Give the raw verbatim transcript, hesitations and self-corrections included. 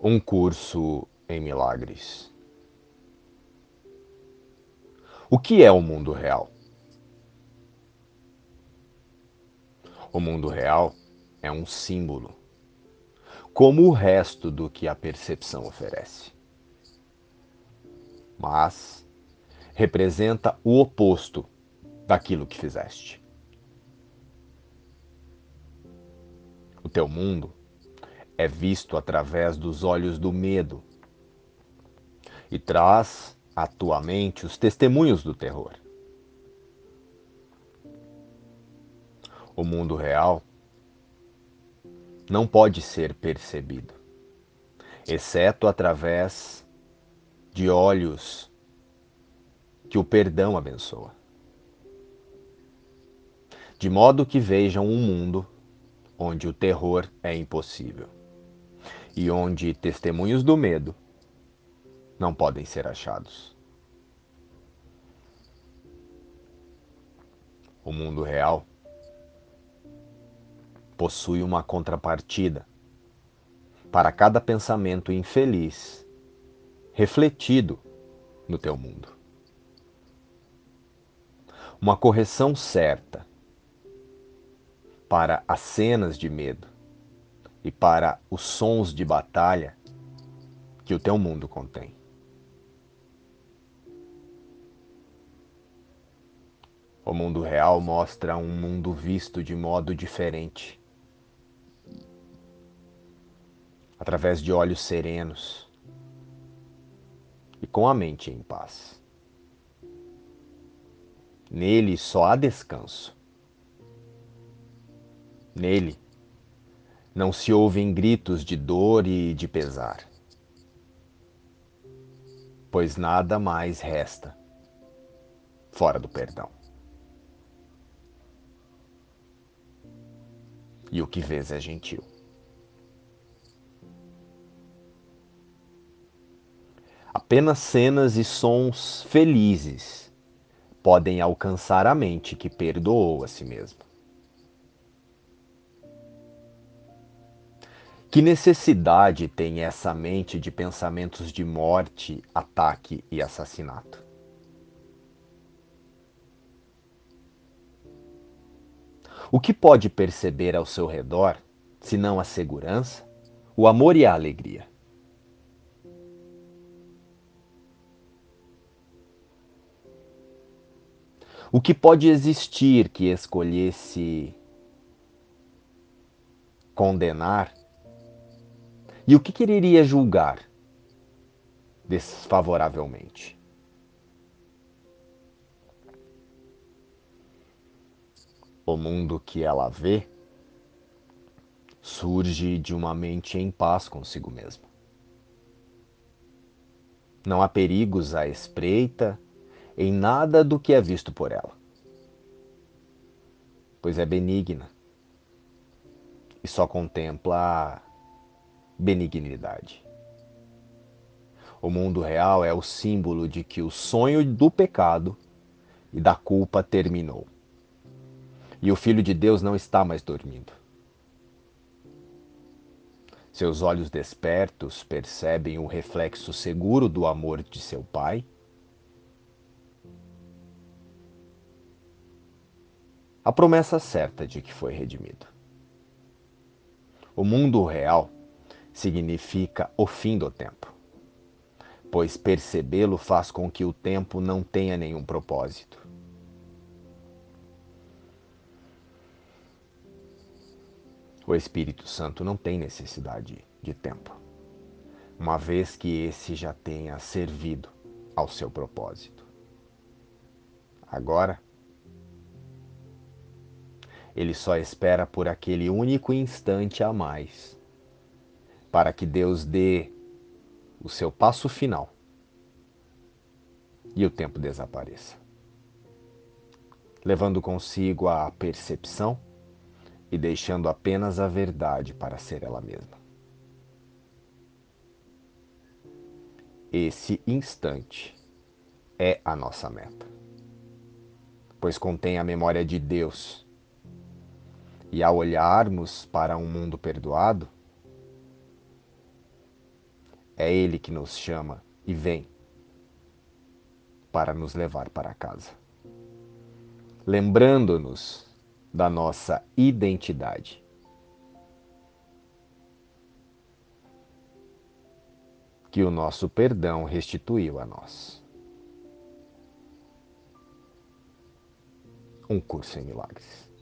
Um curso em milagres. O que é o mundo real? O mundo real é um símbolo, como o resto do que a percepção oferece. Mas representa o oposto daquilo que fizeste. O teu mundo é visto através dos olhos do medo e traz à tua mente os testemunhos do terror. O mundo real não pode ser percebido, exceto através de olhos que o perdão abençoa, de modo que vejam um mundo onde o terror é impossível e onde testemunhos do medo não podem ser achados. O mundo real possui uma contrapartida para cada pensamento infeliz refletido no teu mundo. Uma correção certa para as cenas de medo e para os sons de batalha que o teu mundo contém. O mundo real mostra um mundo visto de modo diferente, através de olhos serenos e com a mente em paz. Nele só há descanso. Nele não se ouvem gritos de dor e de pesar, pois nada mais resta fora do perdão. E o que vês é gentil. Apenas cenas e sons felizes podem alcançar a mente que perdoou a si mesma. Que necessidade tem essa mente de pensamentos de morte, ataque e assassinato? O que pode perceber ao seu redor, senão a segurança, o amor e a alegria? O que pode existir que escolhesse condenar? E o que quereria julgar desfavoravelmente? O mundo que ela vê surge de uma mente em paz consigo mesma. Não há perigos à espreita em nada do que é visto por ela, pois é benigna e só contempla benignidade. O mundo real é o símbolo de que o sonho do pecado e da culpa terminou. E o Filho de Deus não está mais dormindo. Seus olhos despertos percebem o reflexo seguro do amor de seu Pai. A promessa certa de que foi redimido. O mundo real significa o fim do tempo, pois percebê-lo faz com que o tempo não tenha nenhum propósito. O Espírito Santo não tem necessidade de tempo, uma vez que esse já tenha servido ao seu propósito. Agora, ele só espera por aquele único instante a mais, para que Deus dê o seu passo final e o tempo desapareça, levando consigo a percepção e deixando apenas a verdade para ser ela mesma. Esse instante é a nossa meta, pois contém a memória de Deus. E ao olharmos para um mundo perdoado, É Ele que nos chama e vem para nos levar para casa, lembrando-nos da nossa identidade. Que o nosso perdão restituiu a nós. Um curso em milagres.